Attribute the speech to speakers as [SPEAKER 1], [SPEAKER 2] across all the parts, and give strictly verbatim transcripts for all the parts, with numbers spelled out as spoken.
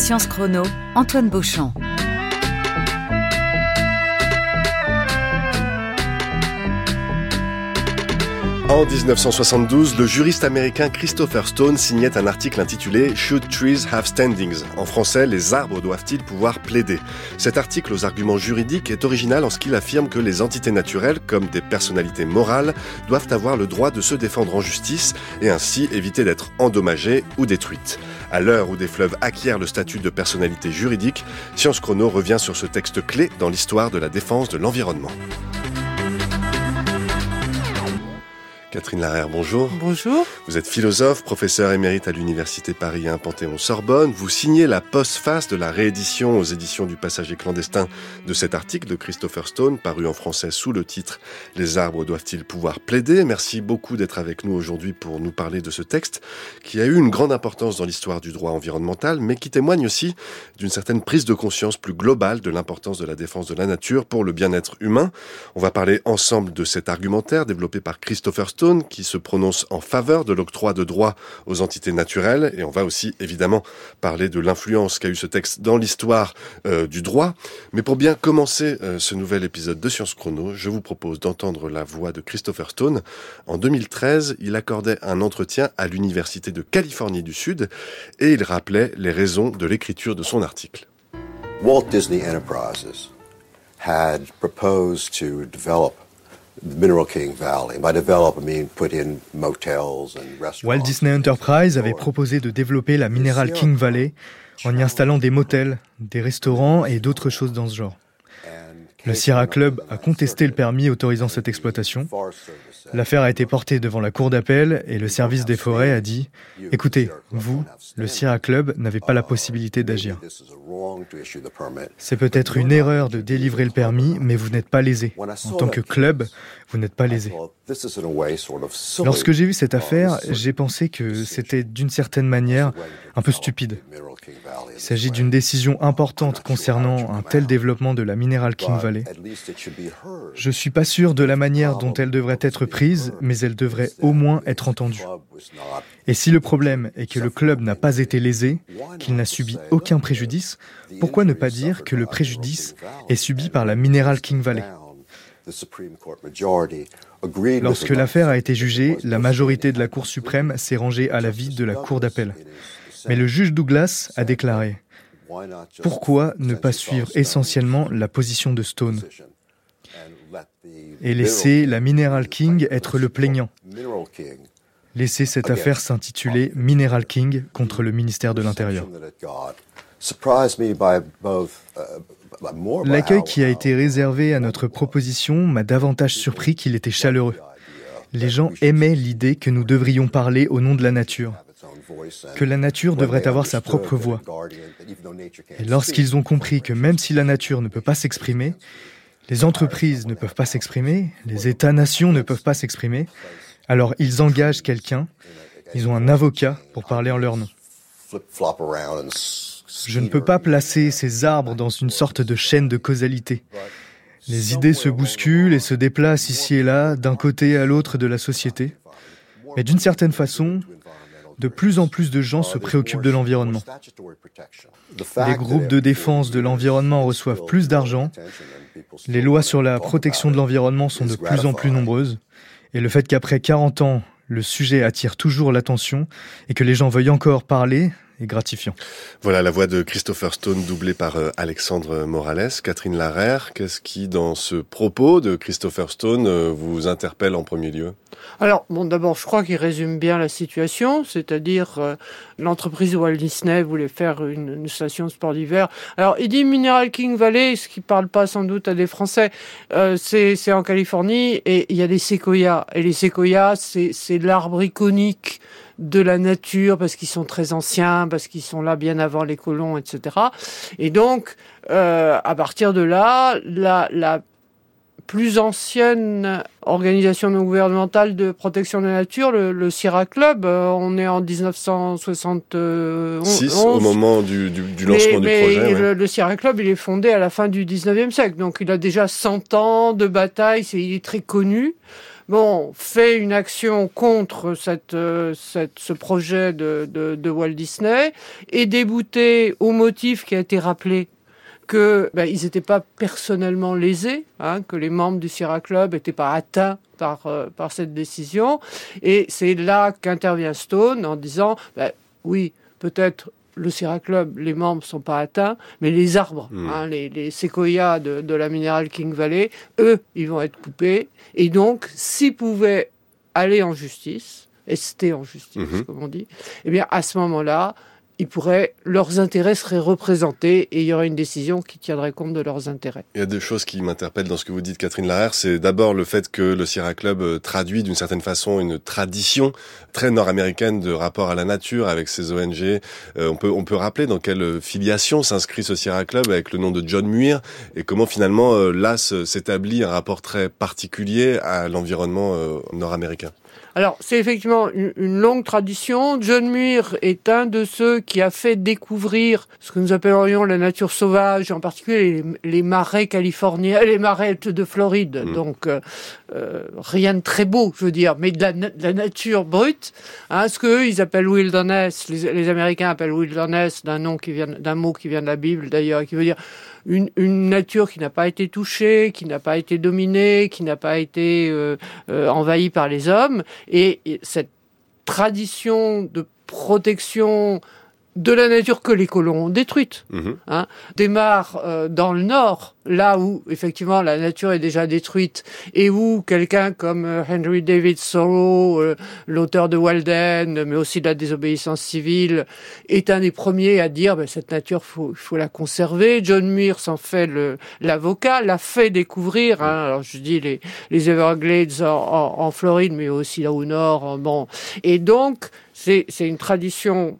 [SPEAKER 1] Science Chrono, Antoine Beauchamp.
[SPEAKER 2] En dix-neuf cent soixante-douze, le juriste américain Christopher Stone signait un article intitulé « Should trees have standings ?» En français, « Les arbres doivent-ils pouvoir plaider ?» Cet article aux arguments juridiques est original en ce qu'il affirme que les entités naturelles, comme des personnalités morales, doivent avoir le droit de se défendre en justice et ainsi éviter d'être endommagées ou détruites. À l'heure où des fleuves acquièrent le statut de personnalité juridique, Science Chrono revient sur ce texte clé dans l'histoire de la défense de l'environnement. Catherine Larère, bonjour.
[SPEAKER 3] Bonjour.
[SPEAKER 2] Vous êtes philosophe, professeur émérite à l'Université Paris un Panthéon-Sorbonne. Vous signez la postface de la réédition aux éditions du Passager clandestin de cet article de Christopher Stone, paru en français sous le titre « Les arbres doivent-ils pouvoir plaider ?» Merci beaucoup d'être avec nous aujourd'hui pour nous parler de ce texte qui a eu une grande importance dans l'histoire du droit environnemental, mais qui témoigne aussi d'une certaine prise de conscience plus globale de l'importance de la défense de la nature pour le bien-être humain. On va parler ensemble de cet argumentaire développé par Christopher Stone, qui se prononce en faveur de l'octroi de droits aux entités naturelles. Et on va aussi évidemment parler de l'influence qu'a eu ce texte dans l'histoire euh, du droit. Mais pour bien commencer euh, ce nouvel épisode de Science Chrono, je vous propose d'entendre la voix de Christopher Stone. En deux mille treize, il accordait un entretien à l'Université de Californie du Sud et il rappelait les raisons de l'écriture de son article.
[SPEAKER 4] Walt Disney Enterprises had proposed to develop Mineral King Valley. By develop, I mean put in motels and restaurants.
[SPEAKER 5] Walt Disney Enterprise avait proposé de développer la Mineral King Valley en y installant des motels, des restaurants et d'autres choses dans ce genre. Le Sierra Club a contesté le permis autorisant cette exploitation. L'affaire a été portée devant la cour d'appel et le service des forêts a dit « Écoutez, vous, le Sierra Club, n'avez pas la possibilité d'agir. C'est peut-être une erreur de délivrer le permis, mais vous n'êtes pas lésé. En tant que club, vous n'êtes pas lésé. » Lorsque j'ai vu cette affaire, j'ai pensé que c'était d'une certaine manière un peu stupide. Il s'agit d'une décision importante concernant un tel développement de la Mineral King Valley. Je suis pas sûr de la manière dont elle devrait être prise, mais elle devrait au moins être entendue. Et si le problème est que le club n'a pas été lésé, qu'il n'a subi aucun préjudice, pourquoi ne pas dire que le préjudice est subi par la Mineral King Valley ? Lorsque l'affaire a été jugée, la majorité de la Cour suprême s'est rangée à l'avis de la Cour d'appel. Mais le juge Douglas a déclaré « Pourquoi ne pas suivre essentiellement la position de Stone et laisser la Mineral King être le plaignant ? Laisser cette affaire s'intituler Mineral King contre le ministère de l'Intérieur. » L'accueil qui a été réservé à notre proposition m'a davantage surpris qu'il était chaleureux. Les gens aimaient l'idée que nous devrions parler au nom de la nature, que la nature devrait avoir sa propre voix. Et lorsqu'ils ont compris que même si la nature ne peut pas s'exprimer, les entreprises ne peuvent pas s'exprimer, les États-nations ne peuvent pas s'exprimer, alors ils engagent quelqu'un, ils ont un avocat pour parler en leur nom. Je ne peux pas placer ces arbres dans une sorte de chaîne de causalité. Les idées se bousculent et se déplacent ici et là, d'un côté à l'autre de la société. Mais d'une certaine façon, de plus en plus de gens se préoccupent de l'environnement. Les groupes de défense de l'environnement reçoivent plus d'argent. Les lois sur la protection de l'environnement sont de plus en plus nombreuses. Et le fait qu'après quarante ans, le sujet attire toujours l'attention et que les gens veuillent encore parler est gratifiant.
[SPEAKER 2] Voilà la voix de Christopher Stone doublée par euh, Alexandre Morales. Catherine Larère, qu'est-ce qui, dans ce propos de Christopher Stone, euh, vous interpelle en premier lieu ?
[SPEAKER 3] Alors, bon, d'abord, je crois qu'il résume bien la situation, c'est-à-dire euh, l'entreprise Walt Disney voulait faire une, une station de sport d'hiver. Alors, il dit Mineral King Valley, ce qui parle pas sans doute à des Français, euh, c'est, c'est en Californie et il y a des séquoias. Et les séquoias, c'est, c'est l'arbre iconique de la nature parce qu'ils sont très anciens, parce qu'ils sont là bien avant les colons, et cetera. Et donc, euh, à partir de là, la, la plus ancienne organisation non gouvernementale de protection de la nature, le, le Sierra Club. Euh, on est en dix-neuf cent soixante-onze.
[SPEAKER 2] Six, au moment du, du, du lancement
[SPEAKER 3] mais,
[SPEAKER 2] du projet.
[SPEAKER 3] Mais
[SPEAKER 2] ouais.
[SPEAKER 3] le, le Sierra Club, il est fondé à la fin du dix-neuvième siècle. Donc il a déjà cent ans de bataille, c'est, il est très connu. Bon, fait une action contre cette, euh, cette, ce projet de, de, de Walt Disney, est débouté au motif qui a été rappelé que ben, ils n'étaient pas personnellement lésés, hein, que les membres du Sierra Club n'étaient pas atteints par, euh, par cette décision. Et c'est là qu'intervient Stone en disant, ben, oui, peut-être le Sierra Club, les membres ne sont pas atteints, mais les arbres, mmh. hein, les, les séquoias de, de la Mineral King Valley, eux, ils vont être coupés. Et donc, s'ils pouvaient aller en justice, ester en justice, mmh. comme on dit, eh bien, à ce moment-là, ils pourraient, leurs intérêts seraient représentés et il y aurait une décision qui tiendrait compte de leurs intérêts.
[SPEAKER 2] Il y a deux choses qui m'interpellent dans ce que vous dites, Catherine Laher. C'est d'abord le fait que le Sierra Club traduit d'une certaine façon une tradition très nord-américaine de rapport à la nature avec ses O N G. Euh, on peut, on peut rappeler dans quelle filiation s'inscrit ce Sierra Club avec le nom de John Muir et comment finalement euh, là s'établit un rapport très particulier à l'environnement euh, nord-américain.
[SPEAKER 3] Alors, c'est effectivement une, une longue tradition. John Muir est un de ceux qui a fait découvrir ce que nous appellerions la nature sauvage, en particulier les, les marais californiens, les marais de Floride. Mmh. Donc, euh, euh, rien de très beau, je veux dire, mais de la, de la nature brute. Hein, ce qu'eux, ils appellent wilderness. Les, les Américains appellent wilderness d'un nom qui vient, d'un mot qui vient de la Bible, d'ailleurs, qui veut dire Une, une nature qui n'a pas été touchée, qui n'a pas été dominée, qui n'a pas été euh, euh, envahie par les hommes. Et, et cette tradition de protection de la nature que les colons ont détruite, mmh. hein, démarre euh, dans le nord, là où effectivement la nature est déjà détruite et où quelqu'un comme euh, Henry David Thoreau, euh, l'auteur de Walden, mais aussi de la désobéissance civile, est un des premiers à dire ben, cette nature faut faut la conserver. John Muir s'en fait le l'avocat, l'a fait découvrir. Hein, alors je dis les les Everglades en, en, en Floride, mais aussi là au nord. En, bon, et donc c'est c'est une tradition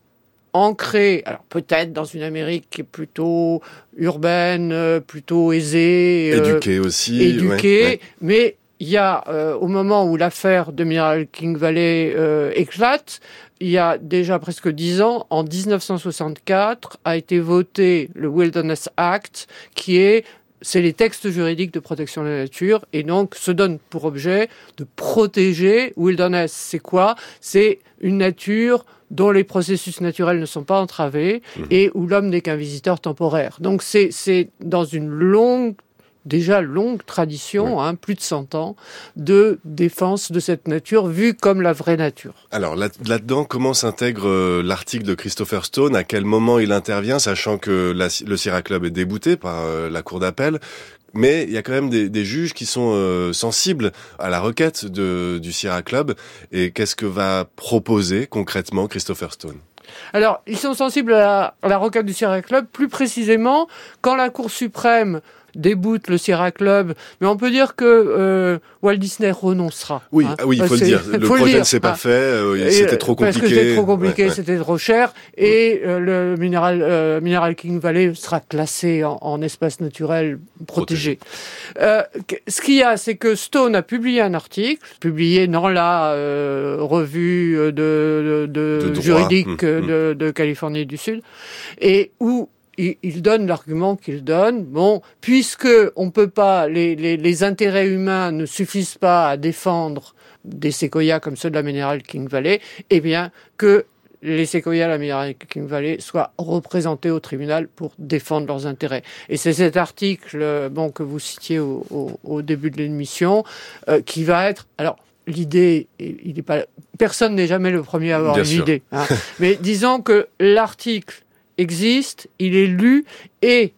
[SPEAKER 3] ancré, alors peut-être dans une Amérique qui est plutôt urbaine, euh, plutôt aisée,
[SPEAKER 2] euh, éduquée aussi,
[SPEAKER 3] éduquée,
[SPEAKER 2] ouais, ouais.
[SPEAKER 3] mais il y a euh, au moment où l'affaire de Mineral King Valley euh, éclate, il y a déjà presque dix ans, en dix-neuf cent soixante-quatre, a été voté le Wilderness Act, qui est c'est les textes juridiques de protection de la nature, et donc se donne pour objet de protéger. Wilderness, c'est quoi? C'est une nature dont les processus naturels ne sont pas entravés, mmh. et où l'homme n'est qu'un visiteur temporaire. Donc c'est, c'est dans une longue, déjà longue tradition, ouais. hein, plus de cent ans, de défense de cette nature vue comme la vraie nature.
[SPEAKER 2] Alors là, là-dedans, comment s'intègre euh, l'article de Christopher Stone? À quel moment il intervient, sachant que la, le Sierra Club est débouté par euh, la cour d'appel? Mais il y a quand même des, des juges qui sont euh, sensibles à la requête de, du Sierra Club. Et qu'est-ce que va proposer concrètement Christopher Stone?
[SPEAKER 3] Alors, ils sont sensibles à la, à la requête du Sierra Club, plus précisément quand la Cour suprême déboute le Sierra Club, mais on peut dire que euh, Walt Disney renoncera.
[SPEAKER 2] Oui,
[SPEAKER 3] hein.
[SPEAKER 2] oui, il faut
[SPEAKER 3] c'est,
[SPEAKER 2] le dire. Le projet ne s'est pas fait, euh, c'était trop compliqué.
[SPEAKER 3] Parce que c'était trop compliqué,
[SPEAKER 2] ouais, ouais.
[SPEAKER 3] c'était trop cher, et euh, le Mineral, euh, Mineral King Valley sera classé en, en espace naturel protégé. protégé. Euh, ce qu'il y a, c'est que Stone a publié un article, publié dans la euh, revue de, de, de, de juridique mmh, de, de Californie du Sud, et où il donne l'argument qu'il donne. Bon, puisque on peut pas, les, les, les intérêts humains ne suffisent pas à défendre des séquoias comme ceux de la Mineral King Valley, eh bien, que les séquoias de la Mineral King Valley soient représentés au tribunal pour défendre leurs intérêts. Et c'est cet article, bon, que vous citiez au, au, au début de l'émission, euh, qui va être, alors, l'idée, il est pas, personne n'est jamais le premier à avoir Bien une sûr. idée, hein. Mais disons que l'article existe, il est lu, et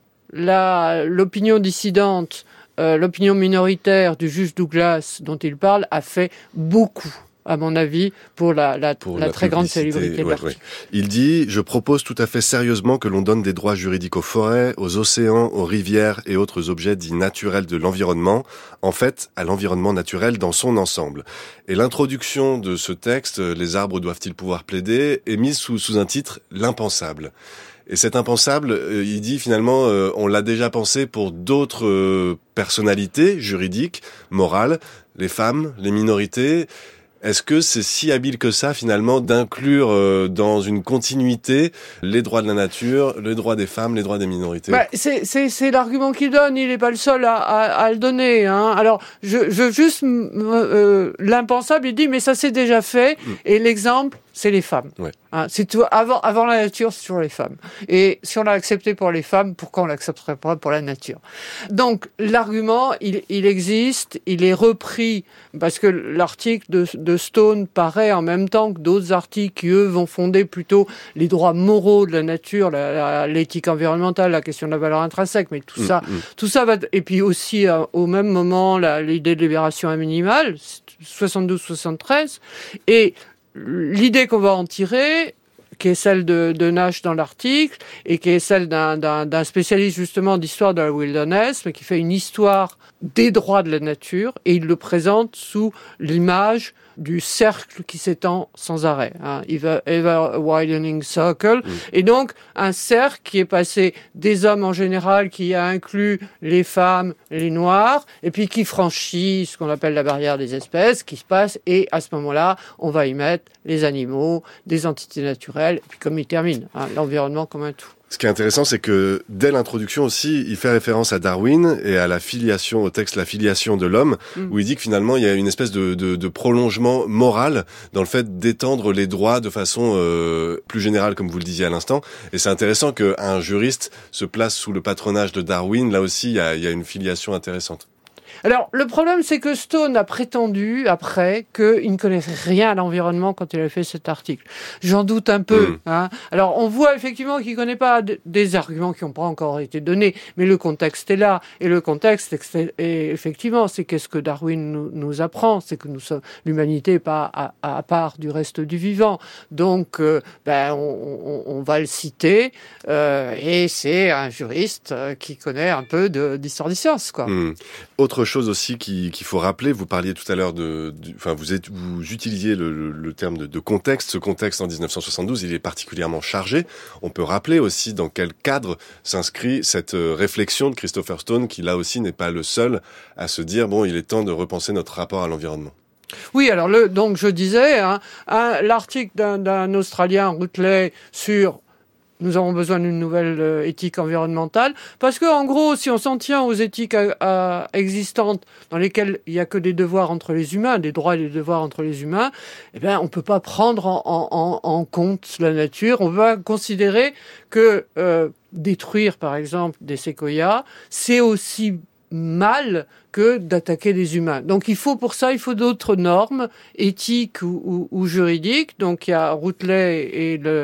[SPEAKER 3] la, l'opinion dissidente, euh, l'opinion minoritaire du juge Douglas dont il parle a fait beaucoup, à mon avis, pour la, la, pour la, la très grande célébrité de
[SPEAKER 2] ouais,
[SPEAKER 3] l'article.
[SPEAKER 2] Ouais. Il dit « Je propose tout à fait sérieusement que l'on donne des droits juridiques aux forêts, aux océans, aux rivières et autres objets dits naturels de l'environnement, en fait, à l'environnement naturel dans son ensemble. » Et l'introduction de ce texte, « Les arbres doivent-ils pouvoir plaider ?» est mise sous, sous un titre « L'impensable ». Et cet impensable, euh, il dit finalement, euh, on l'a déjà pensé pour d'autres euh, personnalités juridiques, morales, les femmes, les minorités. Est-ce que c'est si habile que ça, finalement, d'inclure euh, dans une continuité les droits de la nature, les droits des femmes, les droits des minorités?
[SPEAKER 3] Bah, c'est, c'est, c'est l'argument qu'il donne, il n'est pas le seul à, à, à le donner. Hein. Alors, je, je juste... Euh, l'impensable, il dit, mais ça s'est déjà fait, mmh. et l'exemple, c'est les femmes.
[SPEAKER 2] Ouais.
[SPEAKER 3] Hein, c'est tout, avant, avant la nature, c'est toujours les femmes. Et si on l'a accepté pour les femmes, pourquoi on l'accepterait pas pour la nature? Donc, l'argument, il, il existe, il est repris, parce que l'article de, de Stone paraît en même temps que d'autres articles qui, eux, vont fonder plutôt les droits moraux de la nature, la, la, l'éthique environnementale, la question de la valeur intrinsèque, mais tout mmh, ça, mmh. tout ça va, et puis aussi, euh, au même moment, la, l'idée de libération minimale, soixante-douze soixante-treize, et l'idée qu'on va en tirer, qui est celle de, de Nash dans l'article, et qui est celle d'un, d'un, d'un spécialiste justement d'histoire de la wilderness, mais qui fait une histoire des droits de la nature, et il le présente sous l'image du cercle qui s'étend sans arrêt, hein, ever, ever widening circle, mmh. et donc un cercle qui est passé des hommes en général, qui a inclus les femmes, les noirs, et puis qui franchit ce qu'on appelle la barrière des espèces, qui se passe, et à ce moment-là, on va y mettre les animaux, des entités naturelles, et puis comme il termine, hein, l'environnement comme un tout.
[SPEAKER 2] Ce qui est intéressant, c'est que dès l'introduction aussi, il fait référence à Darwin et à la filiation, au texte La filiation de l'homme, mmh. où il dit que finalement, il y a une espèce de, de, de prolongement moral dans le fait d'étendre les droits de façon euh, plus générale, comme vous le disiez à l'instant. Et c'est intéressant qu'un juriste se place sous le patronage de Darwin. Là aussi, il y a, il y a une filiation intéressante.
[SPEAKER 3] Alors, le problème, c'est que Stone a prétendu, après, qu'il ne connaissait rien à l'environnement quand il a fait cet article. J'en doute un peu. Mmh. Hein. Alors, on voit effectivement qu'il ne connaît pas d- des arguments qui n'ont pas encore été donnés, mais le contexte est là. Et le contexte, est, est, effectivement, c'est qu'est-ce que Darwin nous, nous apprend, c'est que nous sommes, l'humanité n'est pas à, à part du reste du vivant. Donc, euh, ben, on, on, on va le citer, euh, et c'est un juriste euh, qui connaît un peu de, d'histoire des sciences, quoi.
[SPEAKER 2] Mmh. Autre chose aussi qu'il, qu'il faut rappeler, vous parliez tout à l'heure de, de enfin vous, êtes, vous utilisiez le, le, le terme de, de contexte. Ce contexte en dix-neuf cent soixante-douze, il est particulièrement chargé. On peut rappeler aussi dans quel cadre s'inscrit cette réflexion de Christopher Stone, qui là aussi n'est pas le seul à se dire bon, il est temps de repenser notre rapport à l'environnement.
[SPEAKER 3] Oui, alors le, donc je disais, hein, un, l'article d'un, d'un Australien, Rutley, sur nous avons besoin d'une nouvelle euh, éthique environnementale, parce que en gros, si on s'en tient aux éthiques à, à, existantes dans lesquelles il y a que des devoirs entre les humains, des droits et des devoirs entre les humains, eh bien, on peut pas prendre en, en, en compte la nature. On va considérer que euh, détruire, par exemple, des séquoias, c'est aussi mal que d'attaquer des humains. Donc il faut pour ça, il faut d'autres normes éthiques ou, ou, ou juridiques. Donc il y a Rutley et le,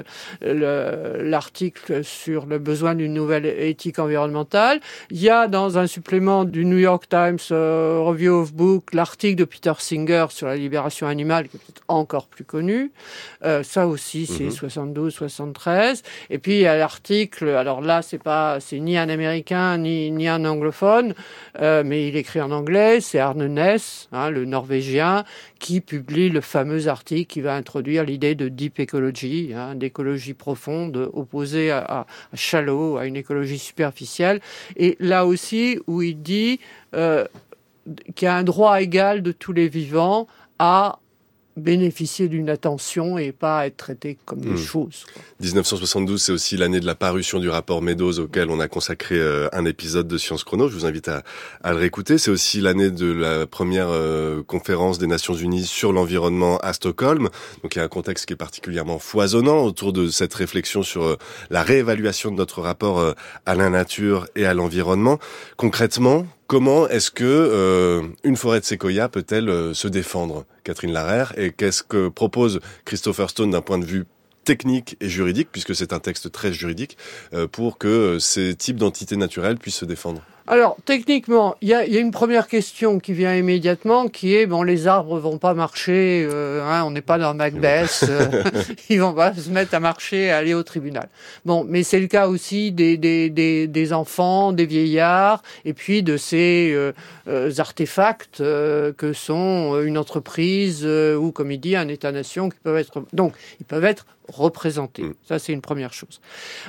[SPEAKER 3] le, l'article sur le besoin d'une nouvelle éthique environnementale. Il y a dans un supplément du New York Times uh, Review of Book l'article de Peter Singer sur la libération animale, qui est peut-être encore plus connu. Euh, ça aussi c'est mm-hmm. soixante-douze soixante-treize. Et puis il y a l'article, alors là c'est pas, c'est ni un Américain ni, ni un anglophone, euh, mais il écrit en anglais, c'est Arne Næss, hein, le Norvégien, qui publie le fameux article qui va introduire l'idée de deep ecology, hein, d'écologie profonde, opposée à, à, à shallow, à une écologie superficielle. Et là aussi, où il dit euh, qu'il y a un droit égal de tous les vivants à bénéficier d'une attention et pas être traité comme des mmh. choses. Quoi.
[SPEAKER 2] dix-neuf cent soixante-douze, c'est aussi l'année de la parution du rapport Meadows auquel on a consacré euh, un épisode de Science Chrono. Je vous invite à, à le réécouter. C'est aussi l'année de la première euh, conférence des Nations Unies sur l'environnement à Stockholm. Donc il y a un contexte qui est particulièrement foisonnant autour de cette réflexion sur euh, la réévaluation de notre rapport euh, à la nature et à l'environnement. Concrètement, comment est-ce que euh, une forêt de séquoia peut-elle euh, se défendre, Catherine Larère, et qu'est-ce que propose Christopher Stone d'un point de vue technique et juridique, puisque c'est un texte très juridique, euh, pour que ces types d'entités naturelles puissent se défendre?
[SPEAKER 3] Alors, techniquement, il y a, y a une première question qui vient immédiatement, qui est, bon, les arbres vont pas marcher, euh, hein, on n'est pas dans Macbeth, euh, ils vont pas se mettre à marcher, à aller au tribunal. Bon, mais c'est le cas aussi des, des, des, des enfants, des vieillards, et puis de ces euh, euh, artefacts euh, que sont une entreprise euh, ou, comme il dit, un État-nation qui peuvent être... Donc, ils peuvent être représentés. Ça, c'est une première chose. Alors,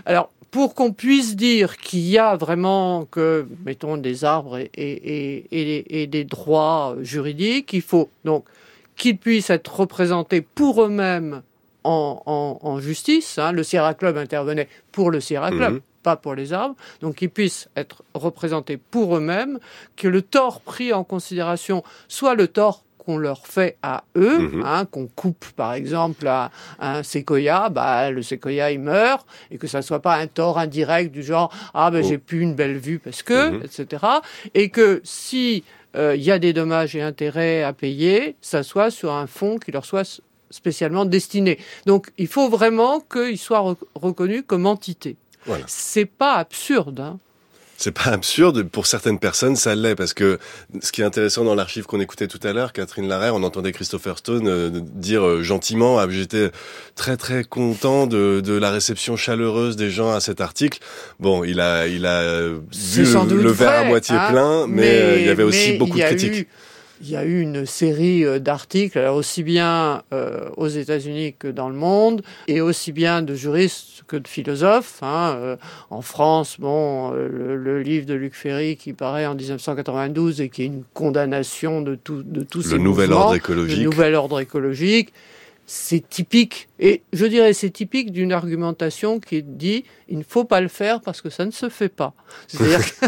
[SPEAKER 3] pour qu'on puisse dire qu'il y a vraiment que, mettons, des arbres et, et, et, et des droits juridiques, il faut donc qu'ils puissent être représentés pour eux-mêmes en, en, en justice. Hein. Le Sierra Club intervenait pour le Sierra Club, mmh. pas pour les arbres. Donc qu'ils puissent être représentés pour eux-mêmes, que le tort pris en considération soit le tort qu'on leur fait à eux, mmh. hein, qu'on coupe par exemple à, à un séquoia, bah, le séquoia il meurt, et que ça soit pas un tort indirect du genre « Ah ben oh. j'ai plus une belle vue parce que mmh. », et cetera. Et que si il euh, y a des dommages et intérêts à payer, ça soit sur un fonds qui leur soit spécialement destiné. Donc il faut vraiment qu'ils soient rec- reconnus comme entité. Voilà. C'est pas absurde, hein.
[SPEAKER 2] C'est pas absurde, pour certaines personnes ça l'est, parce que ce qui est intéressant dans l'archive qu'on écoutait tout à l'heure, Catherine Larrey, on entendait Christopher Stone euh, dire euh, gentiment, ah, j'étais très très content de, de la réception chaleureuse des gens à cet article. Bon, il a il a euh, vu le, le verre à moitié hein, plein, mais, mais euh, il y avait aussi beaucoup de critiques.
[SPEAKER 3] Eu... Il y a eu une série d'articles, alors aussi bien euh, aux États-Unis que dans le monde, et aussi bien de juristes que de philosophes. Hein. Euh, en France, bon, euh, le, le livre de Luc Ferry qui paraît en dix-neuf cent quatre-vingt-douze et qui est une condamnation de, tout, de tous ces
[SPEAKER 2] le nouvel
[SPEAKER 3] mouvements,
[SPEAKER 2] ordre écologique.
[SPEAKER 3] Le nouvel ordre écologique. C'est typique, et je dirais c'est typique d'une argumentation qui dit il ne faut pas le faire parce que ça ne se fait pas. C'est-à-dire que...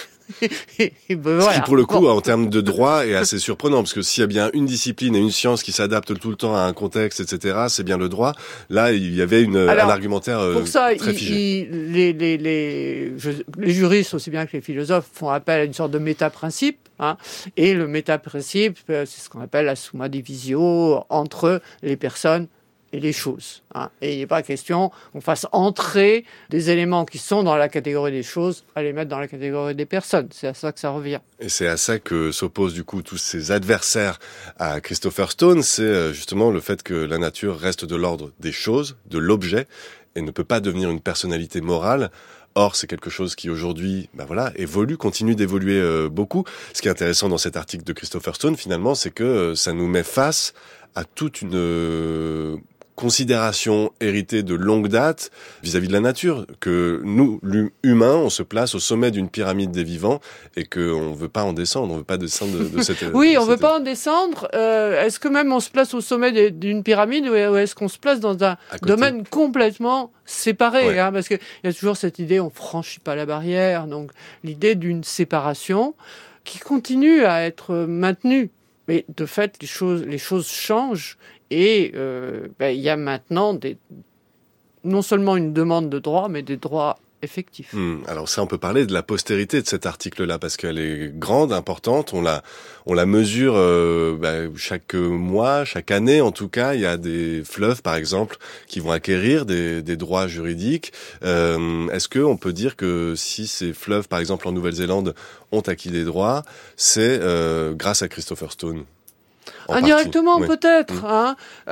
[SPEAKER 2] Et ben voilà. Ce qui, pour le coup, bon. en termes de droit, est assez surprenant, parce que s'il y a bien une discipline et une science qui s'adapte tout le temps à un contexte, et cetera, c'est bien le droit. Là, il y avait une, Alors, un argumentaire euh,
[SPEAKER 3] pour ça,
[SPEAKER 2] très
[SPEAKER 3] il,
[SPEAKER 2] figé.
[SPEAKER 3] Il, les, les, les, je, les juristes, aussi bien que les philosophes, font appel à une sorte de méta-principe. Hein, et le méta-principe, c'est ce qu'on appelle la summa divisio entre les personnes et les choses. Hein. Et il n'est pas question qu'on fasse entrer des éléments qui sont dans la catégorie des choses à les mettre dans la catégorie des personnes. C'est à ça que ça revient.
[SPEAKER 2] Et c'est à ça que s'opposent du coup tous ces adversaires à Christopher Stone. C'est justement le fait que la nature reste de l'ordre des choses, de l'objet, et ne peut pas devenir une personnalité morale. Or, c'est quelque chose qui aujourd'hui, ben voilà, évolue, continue d'évoluer euh, beaucoup. Ce qui est intéressant dans cet article de Christopher Stone, finalement, c'est que euh, ça nous met face à toute une euh, considération héritée de longue date vis-à-vis de la nature, que nous, l'humain, on se place au sommet d'une pyramide des vivants et qu'on ne veut pas en descendre, on ne veut pas descendre de, de cette...
[SPEAKER 3] oui,
[SPEAKER 2] de
[SPEAKER 3] on ne
[SPEAKER 2] cette...
[SPEAKER 3] veut pas en descendre. Euh, est-ce que même on se place au sommet d'une pyramide ou est-ce qu'on se place dans un domaine complètement séparé, ouais. hein, parce qu'il y a toujours cette idée, on ne franchit pas la barrière, donc l'idée d'une séparation qui continue à être maintenue. Mais de fait, les choses, les choses changent. Et euh, ben, il y a maintenant des, non seulement une demande de droits, mais des droits effectifs.
[SPEAKER 2] Mmh, alors ça, on peut parler de la postérité de cet article-là, parce qu'elle est grande, importante. On la, on la mesure euh, ben, chaque mois, chaque année, en tout cas. Il y a des fleuves, par exemple, qui vont acquérir des, des droits juridiques. Euh, est-ce que on peut dire que si ces fleuves, par exemple en Nouvelle-Zélande, ont acquis des droits, c'est euh, grâce à Christopher Stone?
[SPEAKER 3] Indirectement,
[SPEAKER 2] oui.
[SPEAKER 3] peut-être.
[SPEAKER 2] Mmh.
[SPEAKER 3] Hein.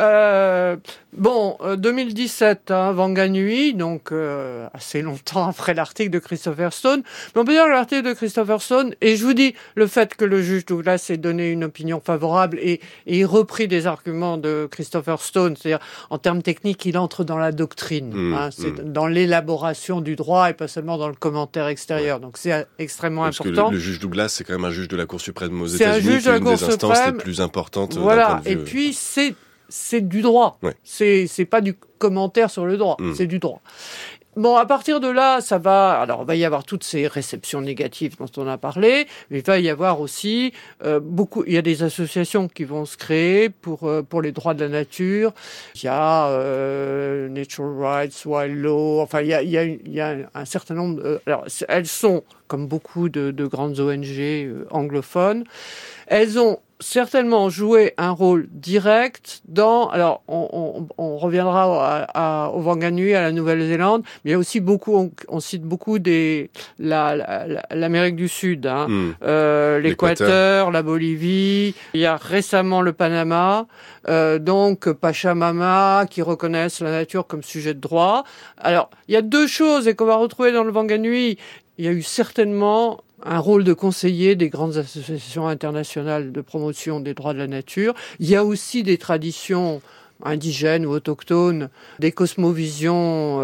[SPEAKER 3] Euh, bon, euh, deux mille dix-sept, hein, Wanganui, donc euh, assez longtemps après l'article de Christopher Stone. Mais on peut dire que l'article de Christopher Stone, et je vous dis, le fait que le juge Douglas ait donné une opinion favorable et, et repris des arguments de Christopher Stone, c'est-à-dire en termes techniques, il entre dans la doctrine. Mmh, hein, c'est mmh. dans l'élaboration du droit et pas seulement dans le commentaire extérieur. Ouais. Donc c'est extrêmement
[SPEAKER 2] Parce
[SPEAKER 3] important.
[SPEAKER 2] Parce que le, le juge Douglas, c'est quand même un juge de la Cour suprême aux
[SPEAKER 3] c'est
[SPEAKER 2] États-Unis,
[SPEAKER 3] un juge de la
[SPEAKER 2] une
[SPEAKER 3] Cour
[SPEAKER 2] des instances
[SPEAKER 3] suprême.
[SPEAKER 2] les plus importantes.
[SPEAKER 3] Voilà, et puis c'est c'est du droit. Ouais. C'est c'est pas du commentaire sur le droit, mmh. c'est du droit. Bon, à partir de là, ça va. Alors, il va y avoir toutes ces réceptions négatives dont on a parlé, mais il va y avoir aussi euh, beaucoup. Il y a des associations qui vont se créer pour euh, pour les droits de la nature. Il y a euh, Natural Rights, Wild Law. Enfin, il y a il y a il y a un certain nombre. De, alors, elles sont comme beaucoup de, de grandes O N G euh, anglophones. Elles ont certainement joué un rôle direct dans. Alors, on, on, on reviendra à, à, au Wanganui, à la Nouvelle-Zélande, mais il y a aussi beaucoup. On, on cite beaucoup des la, la, l'Amérique du Sud, hein, mmh. euh, l'Équateur, la Bolivie. Il y a récemment le Panama, euh, donc Pachamama, qui reconnaissent la nature comme sujet de droit. Alors, il y a deux choses et qu'on va retrouver dans le Wanganui. Il y a eu certainement un rôle de conseiller des grandes associations internationales de promotion des droits de la nature. Il y a aussi des traditions indigènes ou autochtones, des cosmovisions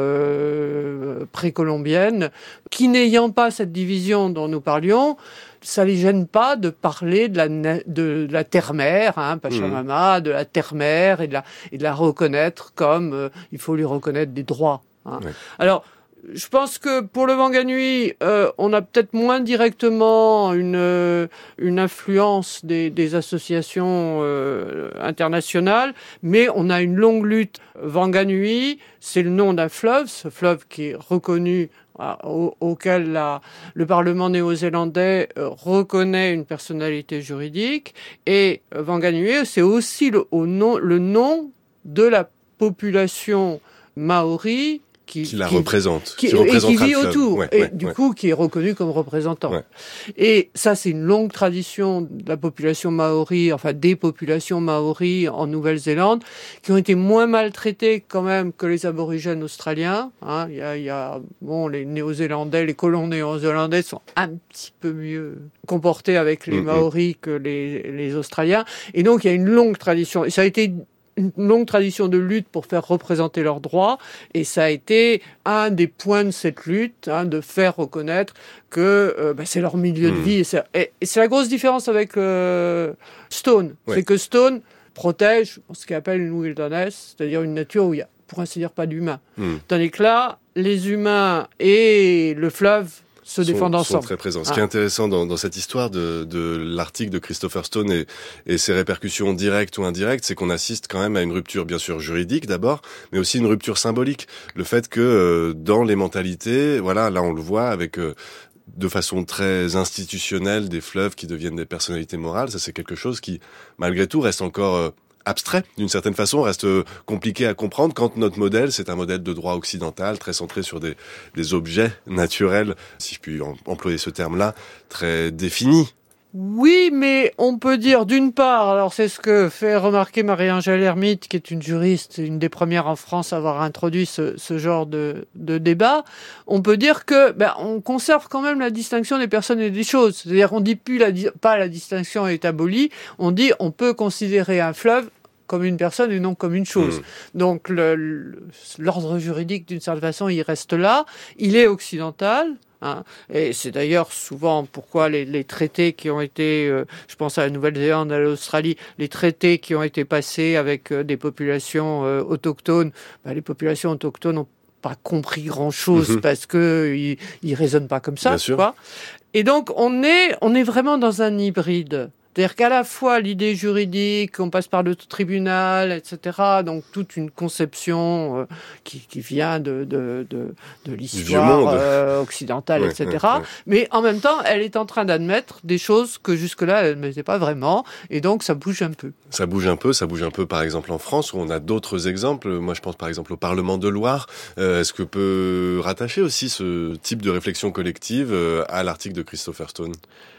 [SPEAKER 3] euh, précolombiennes, qui n'ayant pas cette division dont nous parlions, ça les gêne pas de parler de la, de, de la terre-mère, hein, Pachamama, mmh. de la terre-mère et de la, et de la reconnaître comme euh, il faut lui reconnaître des droits. Hein. Ouais. Alors, je pense que pour le Wanganui, euh, on a peut-être moins directement une euh, une influence des, des associations euh, internationales, mais on a une longue lutte. Wanganui, c'est le nom d'un fleuve, ce fleuve qui est reconnu, euh, au, auquel la, le Parlement néo-zélandais euh, reconnaît une personnalité juridique. Et euh, Wanganui, c'est aussi le, au nom, le nom de la population maori Qui,
[SPEAKER 2] qui la
[SPEAKER 3] qui,
[SPEAKER 2] représente,
[SPEAKER 3] qui,
[SPEAKER 2] qui
[SPEAKER 3] et qui vit
[SPEAKER 2] le
[SPEAKER 3] autour,
[SPEAKER 2] ouais,
[SPEAKER 3] et
[SPEAKER 2] ouais,
[SPEAKER 3] du
[SPEAKER 2] ouais.
[SPEAKER 3] coup qui est reconnu comme représentant.
[SPEAKER 2] Ouais.
[SPEAKER 3] Et ça, c'est une longue tradition de la population maori, enfin des populations maoris en Nouvelle-Zélande, qui ont été moins maltraitées quand même que les aborigènes australiens. Hein, il y a, il y a, bon, les Néo-Zélandais, les colons néo-zélandais sont un petit peu mieux comportés avec les mm-hmm. maoris que les, les Australiens. Et donc, il y a une longue tradition. Et ça a été une longue tradition de lutte pour faire représenter leurs droits, et ça a été un des points de cette lutte, hein, de faire reconnaître que euh, bah, c'est leur milieu mmh. de vie. Et c'est, et, et c'est la grosse différence avec euh, Stone, ouais. c'est que Stone protège ce qu'il appelle une wilderness, c'est-à-dire une nature où il y a, pour ainsi dire, pas d'humains. Mmh. Tandis que là, les humains et le fleuve se défendent
[SPEAKER 2] sont,
[SPEAKER 3] ensemble.
[SPEAKER 2] Sont très présents. Ce
[SPEAKER 3] ah.
[SPEAKER 2] qui est intéressant dans, dans cette histoire de, de l'article de Christopher Stone et, et ses répercussions directes ou indirectes, c'est qu'on assiste quand même à une rupture, bien sûr, juridique d'abord, mais aussi une rupture symbolique. Le fait que euh, dans les mentalités, voilà, là on le voit avec euh, de façon très institutionnelle des fleuves qui deviennent des personnalités morales, ça c'est quelque chose qui, malgré tout, reste encore euh, abstrait, d'une certaine façon, reste compliqué à comprendre quand notre modèle, c'est un modèle de droit occidental, très centré sur des, des objets naturels, si je puis employer ce terme-là, très définis.
[SPEAKER 3] Oui, mais on peut dire d'une part, alors c'est ce que fait remarquer Marie-Angèle Hermite, qui est une juriste, une des premières en France à avoir introduit ce, ce genre de, de débat, on peut dire que ben, on conserve quand même la distinction des personnes et des choses. C'est-à-dire qu'on dit plus la, pas la distinction est abolie, on dit on peut considérer un fleuve comme une personne et non comme une chose. Mmh. Donc le, le, l'ordre juridique, d'une certaine façon, il reste là, il est occidental. Hein. Et c'est d'ailleurs souvent pourquoi les, les traités qui ont été, euh, je pense à la Nouvelle-Zélande, à l'Australie, les traités qui ont été passés avec euh, des populations euh, autochtones, ben, les populations autochtones n'ont pas compris grand-chose mmh. parce que ils, ils raisonnent pas comme ça.
[SPEAKER 2] Bien sûr.
[SPEAKER 3] Quoi. Et donc on est, on est vraiment dans un hybride. C'est-à-dire qu'à la fois l'idée juridique, on passe par le tribunal, et cetera. Donc toute une conception euh, qui, qui vient de, de, de, de l'histoire euh, occidentale, ouais, et cetera. Ouais, ouais. Mais en même temps, elle est en train d'admettre des choses que jusque-là, elle ne mettait pas vraiment. Et donc ça bouge un peu.
[SPEAKER 2] Ça bouge un peu, ça bouge un peu par exemple en France, où on a d'autres exemples. Moi je pense par exemple au Parlement de Loire. Euh, est-ce que peut rattacher aussi ce type de réflexion collective euh, à l'article de Christopher Stone ?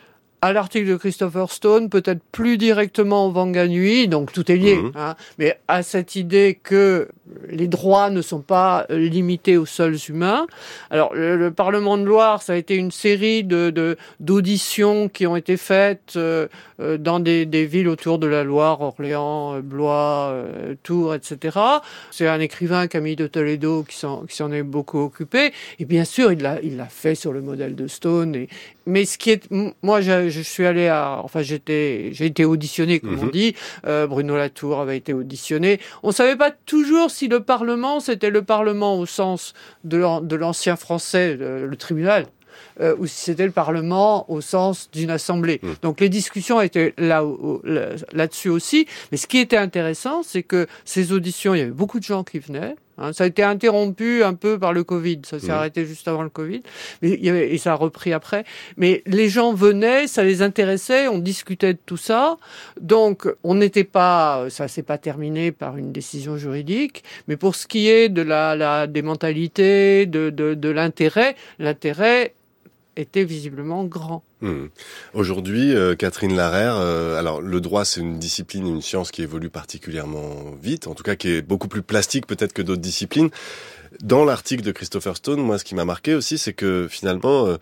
[SPEAKER 3] À l'article de Christopher Stone, peut-être plus directement au Wanganui, donc tout est lié, mmh. hein, mais à cette idée que les droits ne sont pas limités aux seuls humains. Alors, le, le Parlement de Loire, ça a été une série de, de d'auditions qui ont été faites euh, dans des, des villes autour de la Loire, Orléans, Blois, euh, Tours, et cetera. C'est un écrivain, Camille de Toledo, qui s'en, qui s'en est beaucoup occupé. Et bien sûr, il l'a, il l'a fait sur le modèle de Stone. Et, mais ce qui est, moi, je, je suis allé à, enfin, j'étais, j'ai été auditionné, comme mmh. on dit. Euh, Bruno Latour avait été auditionné. On savait pas toujours si le Parlement, c'était le Parlement au sens de, l'an, de l'ancien français, le, le tribunal, euh, ou si c'était le Parlement au sens d'une assemblée. Mmh. Donc les discussions étaient là, là, là-dessus aussi. Mais ce qui était intéressant, c'est que ces auditions, il y avait beaucoup de gens qui venaient. Hein, ça a été interrompu un peu par le Covid, ça s'est mmh. arrêté juste avant le Covid, mais il y avait, et ça a repris après. Mais les gens venaient, ça les intéressait, on discutait de tout ça. Donc on n'était pas, ça s'est pas terminé par une décision juridique, mais pour ce qui est de la, la des mentalités, de, de, de l'intérêt, l'intérêt était visiblement grand.
[SPEAKER 2] Mmh. Aujourd'hui, euh, Catherine Larère, euh, alors le droit c'est une discipline, une science qui évolue particulièrement vite, en tout cas qui est beaucoup plus plastique peut-être que d'autres disciplines. Dans l'article de Christopher Stone, moi ce qui m'a marqué aussi, c'est que finalement, euh,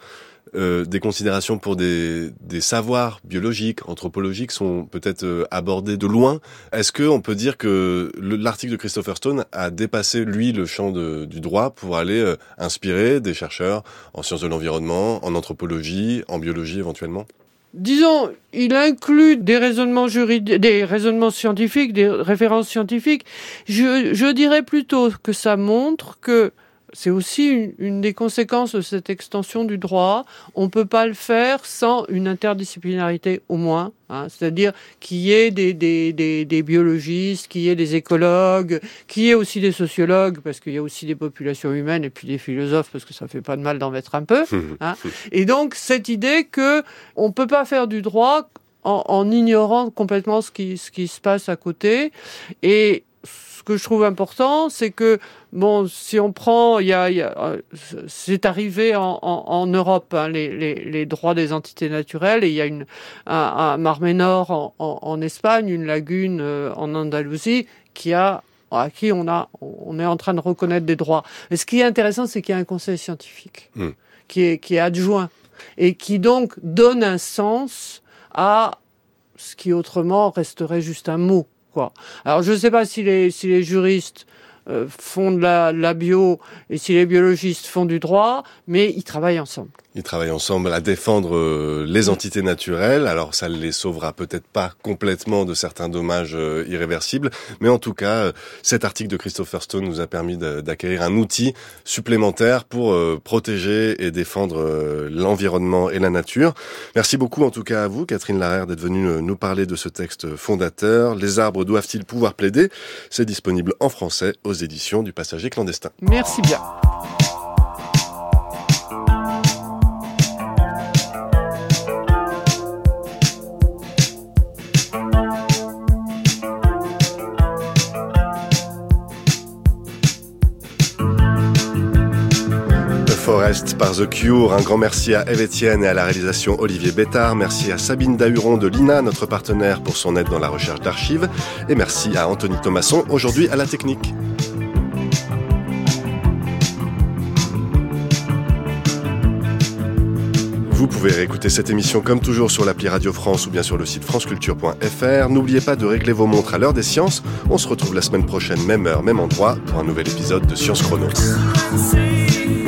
[SPEAKER 2] euh, des considérations pour des, des savoirs biologiques, anthropologiques sont peut-être euh, abordés de loin. Est-ce qu'on peut dire que le, l'article de Christopher Stone a dépassé, lui, le champ de, du droit pour aller euh, inspirer des chercheurs en sciences de l'environnement, en anthropologie, en biologie éventuellement ?
[SPEAKER 3] Disons, il inclut des raisonnements juridiques, des raisonnements scientifiques, des références scientifiques. Je, je dirais plutôt que ça montre que c'est aussi une, une des conséquences de cette extension du droit. On ne peut pas le faire sans une interdisciplinarité au moins, hein, c'est-à-dire qu'il y ait des, des, des, des biologistes, qu'il y ait des écologues, qu'il y ait aussi des sociologues, parce qu'il y a aussi des populations humaines, et puis des philosophes, parce que ça fait pas de mal d'en mettre un peu. Hein. Et donc, cette idée que on ne peut pas faire du droit en, en ignorant complètement ce qui, ce qui se passe à côté. Et ce que je trouve important, c'est que, bon, si on prend, il y a, il y a c'est arrivé en, en, en Europe, hein, les, les, les droits des entités naturelles, et il y a une, un, un Mar Menor en, en, en Espagne, une lagune euh, en Andalousie, qui a, à qui on a, on est en train de reconnaître des droits. Mais ce qui est intéressant, c'est qu'il y a un conseil scientifique, mmh. qui est, qui est adjoint, et qui donc donne un sens à ce qui autrement resterait juste un mot. Quoi. Alors je ne sais pas si les, si les juristes euh, font de la, de la bio et si les biologistes font du droit, mais ils travaillent ensemble.
[SPEAKER 2] Ils travaillent ensemble à défendre euh, les entités naturelles. Alors ça ne les sauvera peut-être pas complètement de certains dommages euh, irréversibles, mais en tout cas, euh, cet article de Christopher Stone nous a permis de, d'acquérir un outil supplémentaire pour euh, protéger et défendre euh, l'environnement et la nature. Merci beaucoup en tout cas à vous, Catherine Larère, d'être venue nous parler de ce texte fondateur. Les arbres doivent-ils pouvoir plaider ? C'est disponible en français aux éditions du Passager clandestin.
[SPEAKER 3] Merci bien.
[SPEAKER 2] Forest par The Cure. Un grand merci à Eve Etienne et à la réalisation Olivier Bétard. Merci à Sabine Dahuron de l'I N A, notre partenaire, pour son aide dans la recherche d'archives. Et merci à Anthony Thomasson, aujourd'hui à la technique. Vous pouvez réécouter cette émission comme toujours sur l'appli Radio France ou bien sur le site franceculture point f r. N'oubliez pas de régler vos montres à l'heure des sciences. On se retrouve la semaine prochaine, même heure, même endroit, pour un nouvel épisode de Science Chrono.